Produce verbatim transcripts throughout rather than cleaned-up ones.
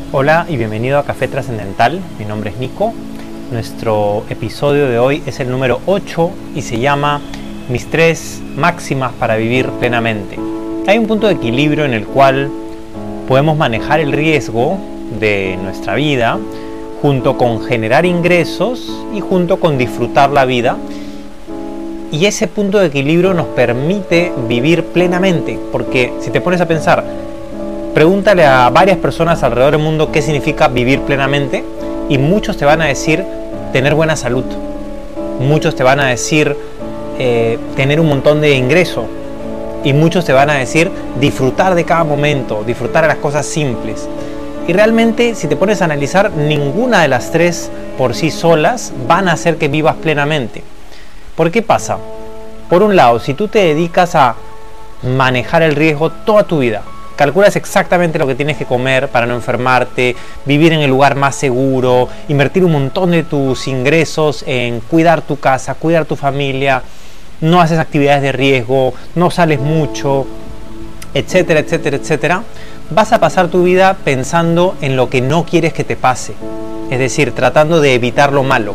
Hola y bienvenido a Café Trascendental, mi nombre es Nico. Nuestro episodio de hoy es el número ocho y se llama Mis tres máximas para vivir plenamente. Hay un punto de equilibrio en el cual podemos manejar el riesgo de nuestra vida junto con generar ingresos y junto con disfrutar la vida. Y ese punto de equilibrio nos permite vivir plenamente, porque si te pones a pensar, pregúntale a varias personas alrededor del mundo qué significa vivir plenamente y muchos te van a decir tener buena salud, muchos te van a decir eh, tener un montón de ingreso y muchos te van a decir disfrutar de cada momento, disfrutar de las cosas simples. Y realmente, si te pones a analizar, ninguna de las tres por sí solas van a hacer que vivas plenamente. ¿Por qué pasa? Por un lado, si tú te dedicas a manejar el riesgo toda tu vida, calculas exactamente lo que tienes que comer para no enfermarte, vivir en el lugar más seguro, invertir un montón de tus ingresos en cuidar tu casa, cuidar tu familia, no haces actividades de riesgo, no sales mucho, etcétera, etcétera, etcétera, vas a pasar tu vida pensando en lo que no quieres que te pase, es decir, tratando de evitar lo malo.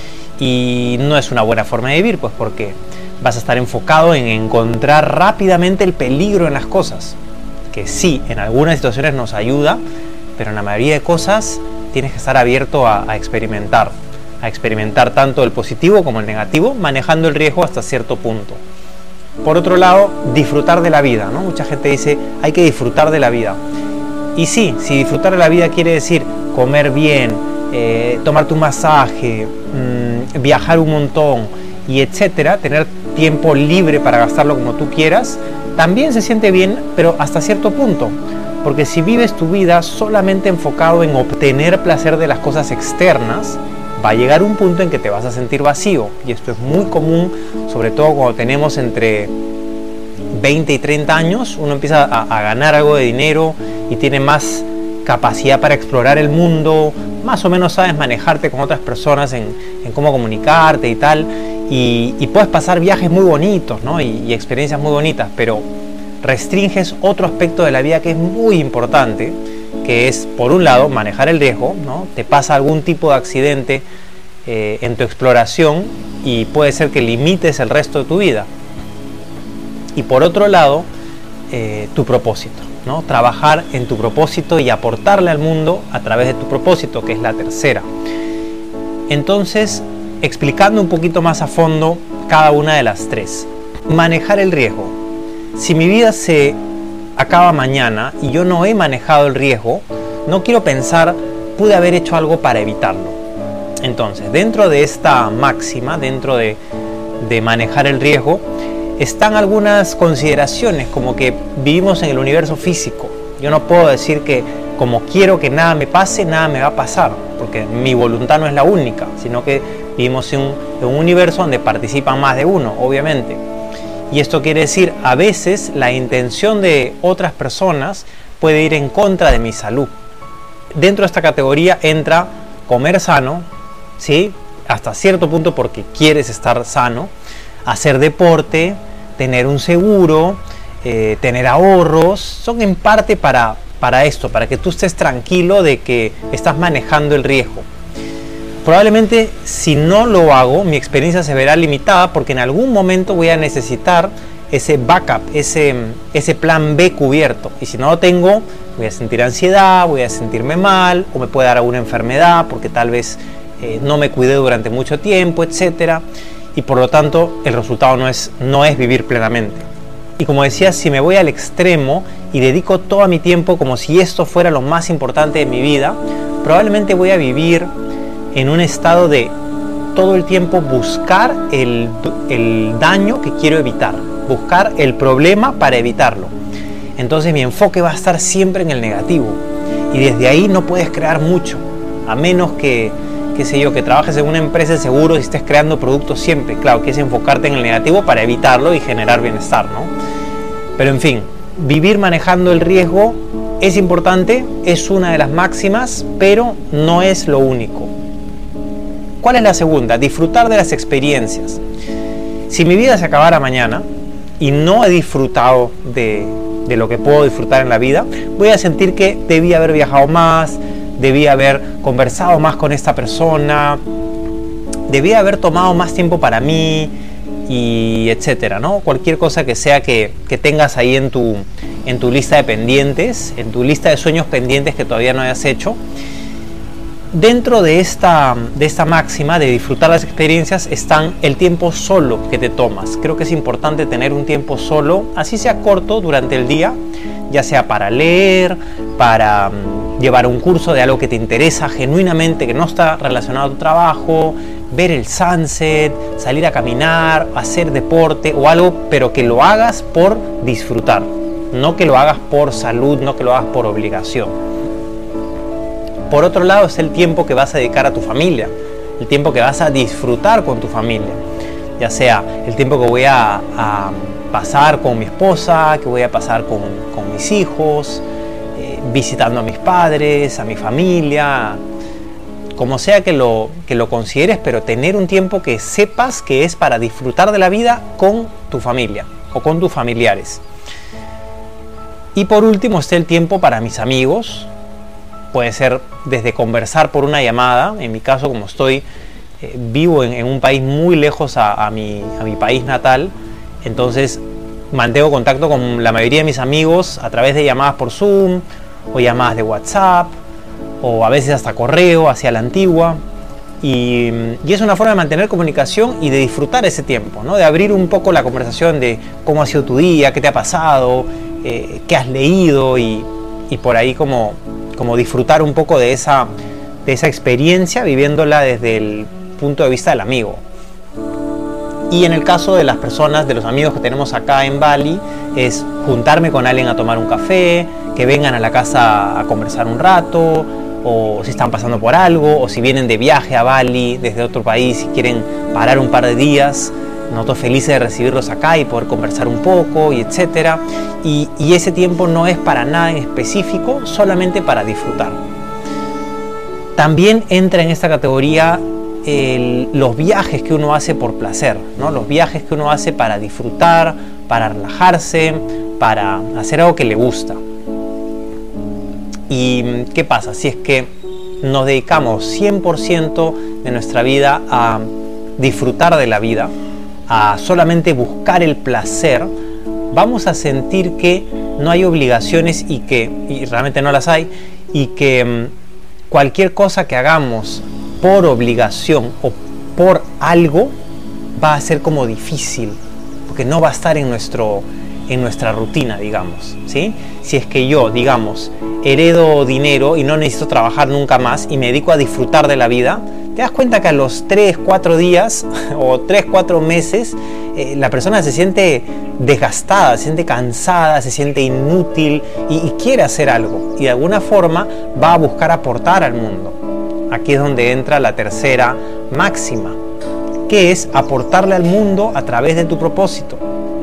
Y no es una buena forma de vivir, pues porque vas a estar enfocado en encontrar rápidamente el peligro en las cosas, que sí, en algunas situaciones nos ayuda, pero en la mayoría de cosas tienes que estar abierto a, a experimentar, a experimentar tanto el positivo como el negativo, manejando el riesgo hasta cierto punto. Por otro lado, disfrutar de la vida, ¿no? Mucha gente dice, hay que disfrutar de la vida. Y sí, si disfrutar de la vida quiere decir comer bien, eh, tomarte un masaje, mmm, viajar un montón, y etcétera, tener tiempo libre para gastarlo como tú quieras, también se siente bien, pero hasta cierto punto. Porque si vives tu vida solamente enfocado en obtener placer de las cosas externas, va a llegar un punto en que te vas a sentir vacío. Y esto es muy común, sobre todo cuando tenemos entre veinte y treinta años, uno empieza a, a ganar algo de dinero y tiene más capacidad para explorar el mundo, más o menos sabes manejarte con otras personas en, en cómo comunicarte y tal. Y, y puedes pasar viajes muy bonitos, ¿no? y, y experiencias muy bonitas, pero restringes otro aspecto de la vida que es muy importante, que es, por un lado, manejar el riesgo, ¿no? Te pasa algún tipo de accidente eh, en tu exploración y puede ser que limites el resto de tu vida. Y por otro lado, eh, tu propósito, ¿no? Trabajar en tu propósito y aportarle al mundo a través de tu propósito, que es la tercera. Entonces, explicando un poquito más a fondo cada una de las tres. Manejar el riesgo. Si mi vida se acaba mañana y yo no he manejado el riesgo, no quiero pensar, pude haber hecho algo para evitarlo. Entonces, dentro de esta máxima, dentro de, de manejar el riesgo, están algunas consideraciones, como que vivimos en el universo físico. Yo no puedo decir que como quiero que nada me pase, nada me va a pasar, porque mi voluntad no es la única, sino que vivimos en un, en un universo donde participan más de uno, obviamente. Y esto quiere decir, a veces la intención de otras personas puede ir en contra de mi salud. Dentro de esta categoría entra comer sano, ¿sí? Hasta cierto punto porque quieres estar sano, hacer deporte, tener un seguro, eh, tener ahorros, son en parte para, para esto, para que tú estés tranquilo de que estás manejando el riesgo. Probablemente si no lo hago, mi experiencia se verá limitada porque en algún momento voy a necesitar ese backup, ese, ese plan B cubierto. Y si no lo tengo, voy a sentir ansiedad, voy a sentirme mal o me puede dar alguna enfermedad porque tal vez eh, no me cuidé durante mucho tiempo, etcétera. Y por lo tanto el resultado no es, no es vivir plenamente. Y como decía, si me voy al extremo y dedico todo mi tiempo como si esto fuera lo más importante de mi vida, probablemente voy a vivir en un estado de todo el tiempo buscar el, el daño que quiero evitar, buscar el problema para evitarlo. Entonces mi enfoque va a estar siempre en el negativo y desde ahí no puedes crear mucho, a menos que, qué sé yo, que trabajes en una empresa de seguros y estés creando productos siempre. Claro, que es enfocarte en el negativo para evitarlo y generar bienestar, ¿no? Pero en fin, vivir manejando el riesgo es importante, es una de las máximas, pero no es lo único. ¿Cuál es la segunda? Disfrutar de las experiencias. Si mi vida se acabara mañana y no he disfrutado de, de lo que puedo disfrutar en la vida, voy a sentir que debí haber viajado más, debí haber conversado más con esta persona, debí haber tomado más tiempo para mí, y etcétera, ¿no? Cualquier cosa que sea que, que tengas ahí en tu, en tu lista de pendientes, en tu lista de sueños pendientes que todavía no hayas hecho. Dentro de esta, de esta máxima de disfrutar las experiencias están el tiempo solo que te tomas. Creo que es importante tener un tiempo solo, así sea corto durante el día, ya sea para leer, para um, llevar un curso de algo que te interesa genuinamente, que no está relacionado a tu trabajo, ver el sunset, salir a caminar, hacer deporte o algo, pero que lo hagas por disfrutar, no que lo hagas por salud, no que lo hagas por obligación. Por otro lado es el tiempo que vas a dedicar a tu familia, el tiempo que vas a disfrutar con tu familia, ya sea el tiempo que voy a, a pasar con mi esposa, que voy a pasar con, con mis hijos, eh, visitando a mis padres, a mi familia, como sea que lo, que lo consideres, pero tener un tiempo que sepas que es para disfrutar de la vida con tu familia o con tus familiares. Y por último está el tiempo para mis amigos. Puede ser desde conversar por una llamada, en mi caso como estoy eh, vivo en, en un país muy lejos a, a, mi, a mi país natal, entonces mantengo contacto con la mayoría de mis amigos a través de llamadas por Zoom o llamadas de WhatsApp, o a veces hasta correo hacia la antigua, y, y es una forma de mantener comunicación y de disfrutar ese tiempo, ¿no? De abrir un poco la conversación de cómo ha sido tu día, qué te ha pasado, eh, qué has leído, y, y por ahí como, como disfrutar un poco de esa, de esa experiencia, viviéndola desde el punto de vista del amigo. Y en el caso de las personas, de los amigos que tenemos acá en Bali, es juntarme con alguien a tomar un café, que vengan a la casa a conversar un rato, o si están pasando por algo, o si vienen de viaje a Bali desde otro país y quieren parar un par de días, nosotros felices de recibirlos acá y poder conversar un poco, y etcétera. Y, y ese tiempo no es para nada en específico, solamente para disfrutar. También entra en esta categoría el, los viajes que uno hace por placer, ¿no? Los viajes que uno hace para disfrutar, para relajarse, para hacer algo que le gusta. ¿Y qué pasa? Si es que nos dedicamos cien por ciento de nuestra vida a disfrutar de la vida, a solamente buscar el placer, vamos a sentir que no hay obligaciones y que, y realmente no las hay, y que cualquier cosa que hagamos por obligación o por algo va a ser como difícil, porque no va a estar en nuestro en nuestra rutina, digamos, ¿sí? Si es que yo, digamos, heredo dinero y no necesito trabajar nunca más y me dedico a disfrutar de la vida, te das cuenta que a los tres, cuatro días o tres, cuatro meses eh, la persona se siente desgastada, se siente cansada, se siente inútil y, y quiere hacer algo, y de alguna forma va a buscar aportar al mundo. Aquí es donde entra la tercera máxima, que es aportarle al mundo a través de tu propósito.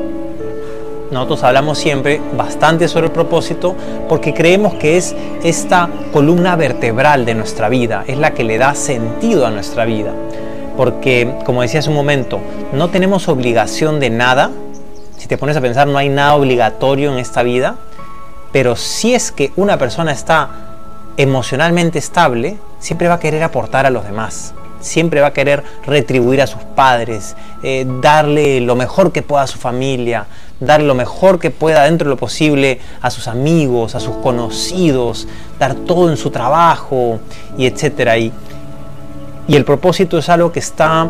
Nosotros hablamos siempre bastante sobre el propósito porque creemos que es esta columna vertebral de nuestra vida, es la que le da sentido a nuestra vida. Porque, como decía hace un momento, no tenemos obligación de nada. Si te pones a pensar, no hay nada obligatorio en esta vida, pero si es que una persona está emocionalmente estable, siempre va a querer aportar a los demás. Siempre va a querer retribuir a sus padres, eh, darle lo mejor que pueda a su familia, dar lo mejor que pueda dentro de lo posible a sus amigos, a sus conocidos, dar todo en su trabajo, y etcétera. Y, y el propósito es algo que está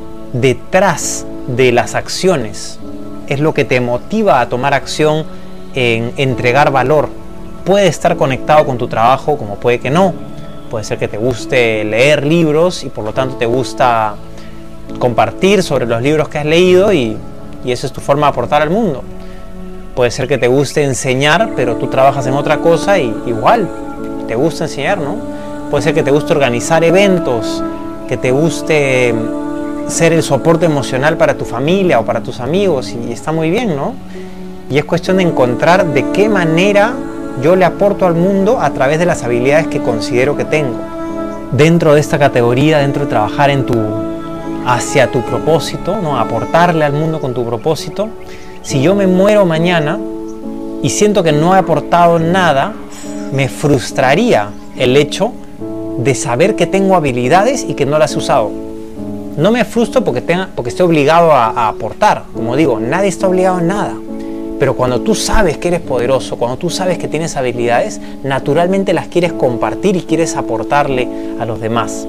detrás de las acciones. Es lo que te motiva a tomar acción en entregar valor. Puede estar conectado con tu trabajo, como puede que no. Puede ser que te guste leer libros y por lo tanto te gusta compartir sobre los libros que has leído y, y esa es tu forma de aportar al mundo. Puede ser que te guste enseñar, pero tú trabajas en otra cosa y igual te gusta enseñar, ¿no? Puede ser que te guste organizar eventos, que te guste ser el soporte emocional para tu familia o para tus amigos y está muy bien, ¿no? Y es cuestión de encontrar de qué manera yo le aporto al mundo a través de las habilidades que considero que tengo. Dentro de esta categoría, dentro de trabajar en tu, hacia tu propósito, ¿no? Aportarle al mundo con tu propósito, si yo me muero mañana y siento que no he aportado nada, me frustraría el hecho de saber que tengo habilidades y que no las he usado. No me frustro porque, tenga, porque esté obligado a, a aportar. Como digo, nadie está obligado a nada. Pero cuando tú sabes que eres poderoso, cuando tú sabes que tienes habilidades, naturalmente las quieres compartir y quieres aportarle a los demás.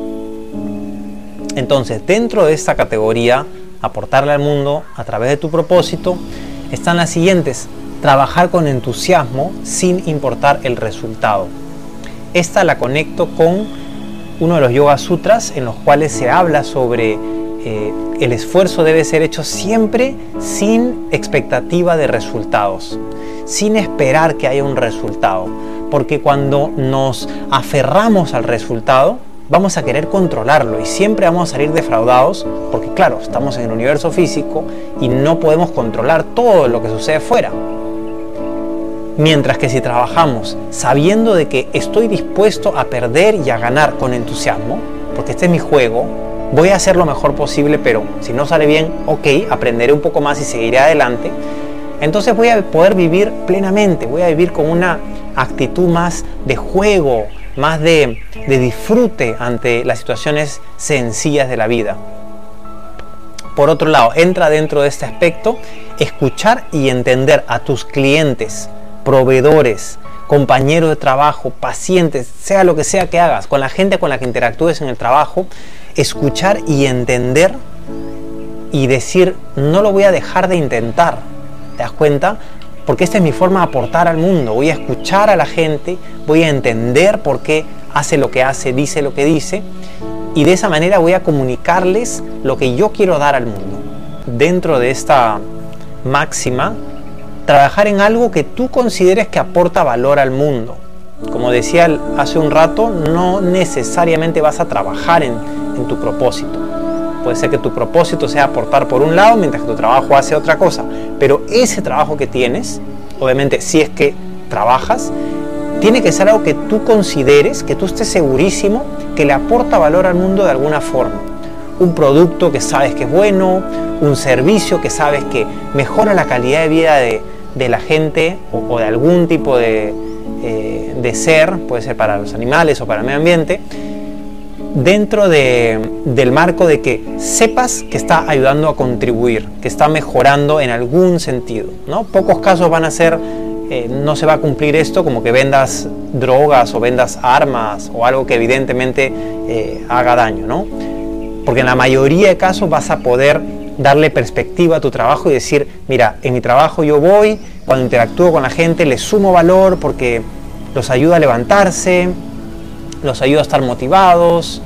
Entonces, dentro de esta categoría, aportarle al mundo a través de tu propósito, están las siguientes. Trabajar con entusiasmo sin importar el resultado. Esta la conecto con uno de los Yoga Sutras en los cuales se habla sobre eh, el esfuerzo debe ser hecho siempre sin expectativa de resultados, sin esperar que haya un resultado, porque cuando nos aferramos al resultado vamos a querer controlarlo y siempre vamos a salir defraudados porque claro, estamos en el universo físico y no podemos controlar todo lo que sucede fuera. Mientras que si trabajamos sabiendo de que estoy dispuesto a perder y a ganar con entusiasmo, porque este es mi juego, voy a hacer lo mejor posible, pero si no sale bien, ok, aprenderé un poco más y seguiré adelante, entonces voy a poder vivir plenamente, voy a vivir con una actitud más de juego, más de, de disfrute ante las situaciones sencillas de la vida. Por otro lado, entra dentro de este aspecto escuchar y entender a tus clientes, proveedores, compañeros de trabajo, pacientes, sea lo que sea que hagas, con la gente con la que interactúes en el trabajo, escuchar y entender y decir, no lo voy a dejar de intentar, ¿te das cuenta? Porque esta es mi forma de aportar al mundo, voy a escuchar a la gente, voy a entender por qué hace lo que hace, dice lo que dice, y de esa manera voy a comunicarles lo que yo quiero dar al mundo. Dentro de esta máxima, trabajar en algo que tú consideres que aporta valor al mundo. Como decía hace un rato, no necesariamente vas a trabajar en, en tu propósito. Puede ser que tu propósito sea aportar por un lado, mientras que tu trabajo hace otra cosa. Pero ese trabajo que tienes, obviamente si es que trabajas, tiene que ser algo que tú consideres, que tú estés segurísimo que le aporta valor al mundo de alguna forma. Un producto que sabes que es bueno, un servicio que sabes que mejora la calidad de vida de, de la gente o, o de algún tipo de, eh, de ser, puede ser para los animales o para el medio ambiente, dentro de, del marco de que sepas que está ayudando a contribuir, que está mejorando en algún sentido, ¿no? Pocos casos van a ser, eh, no se va a cumplir esto como que vendas drogas o vendas armas o algo que evidentemente eh, haga daño, ¿no? Porque en la mayoría de casos vas a poder darle perspectiva a tu trabajo y decir, mira, en mi trabajo yo voy, cuando interactúo con la gente les sumo valor porque los ayuda a levantarse, los ayuda a estar motivados,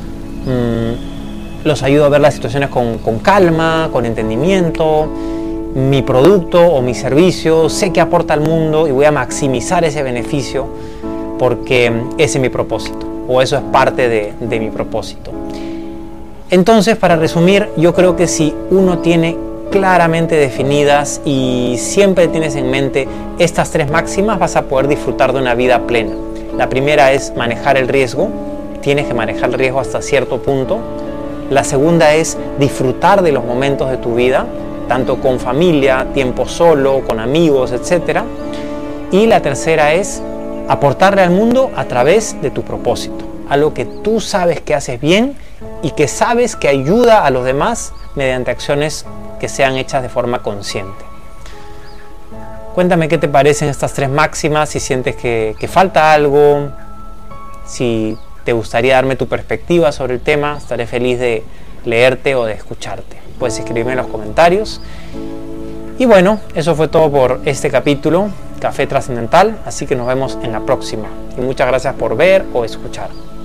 mmm, los ayuda a ver las situaciones con, con calma, con entendimiento. Mi producto o mi servicio sé que aporta al mundo y voy a maximizar ese beneficio porque ese es mi propósito o eso es parte de, de mi propósito. Entonces, para resumir, yo creo que si uno tiene claramente definidas y siempre tienes en mente estas tres máximas, vas a poder disfrutar de una vida plena. La primera es manejar el riesgo, tienes que manejar el riesgo hasta cierto punto. La segunda es disfrutar de los momentos de tu vida, tanto con familia, tiempo solo, con amigos, etcétera. Y la tercera es aportarle al mundo a través de tu propósito, algo que tú sabes que haces bien y que sabes que ayuda a los demás mediante acciones que sean hechas de forma consciente. Cuéntame qué te parecen estas tres máximas, si sientes que, que falta algo, si te gustaría darme tu perspectiva sobre el tema, estaré feliz de leerte o de escucharte. Puedes escribirme en los comentarios. Y bueno, eso fue todo por este capítulo, Café Trascendental, así que nos vemos en la próxima. Y muchas gracias por ver o escuchar.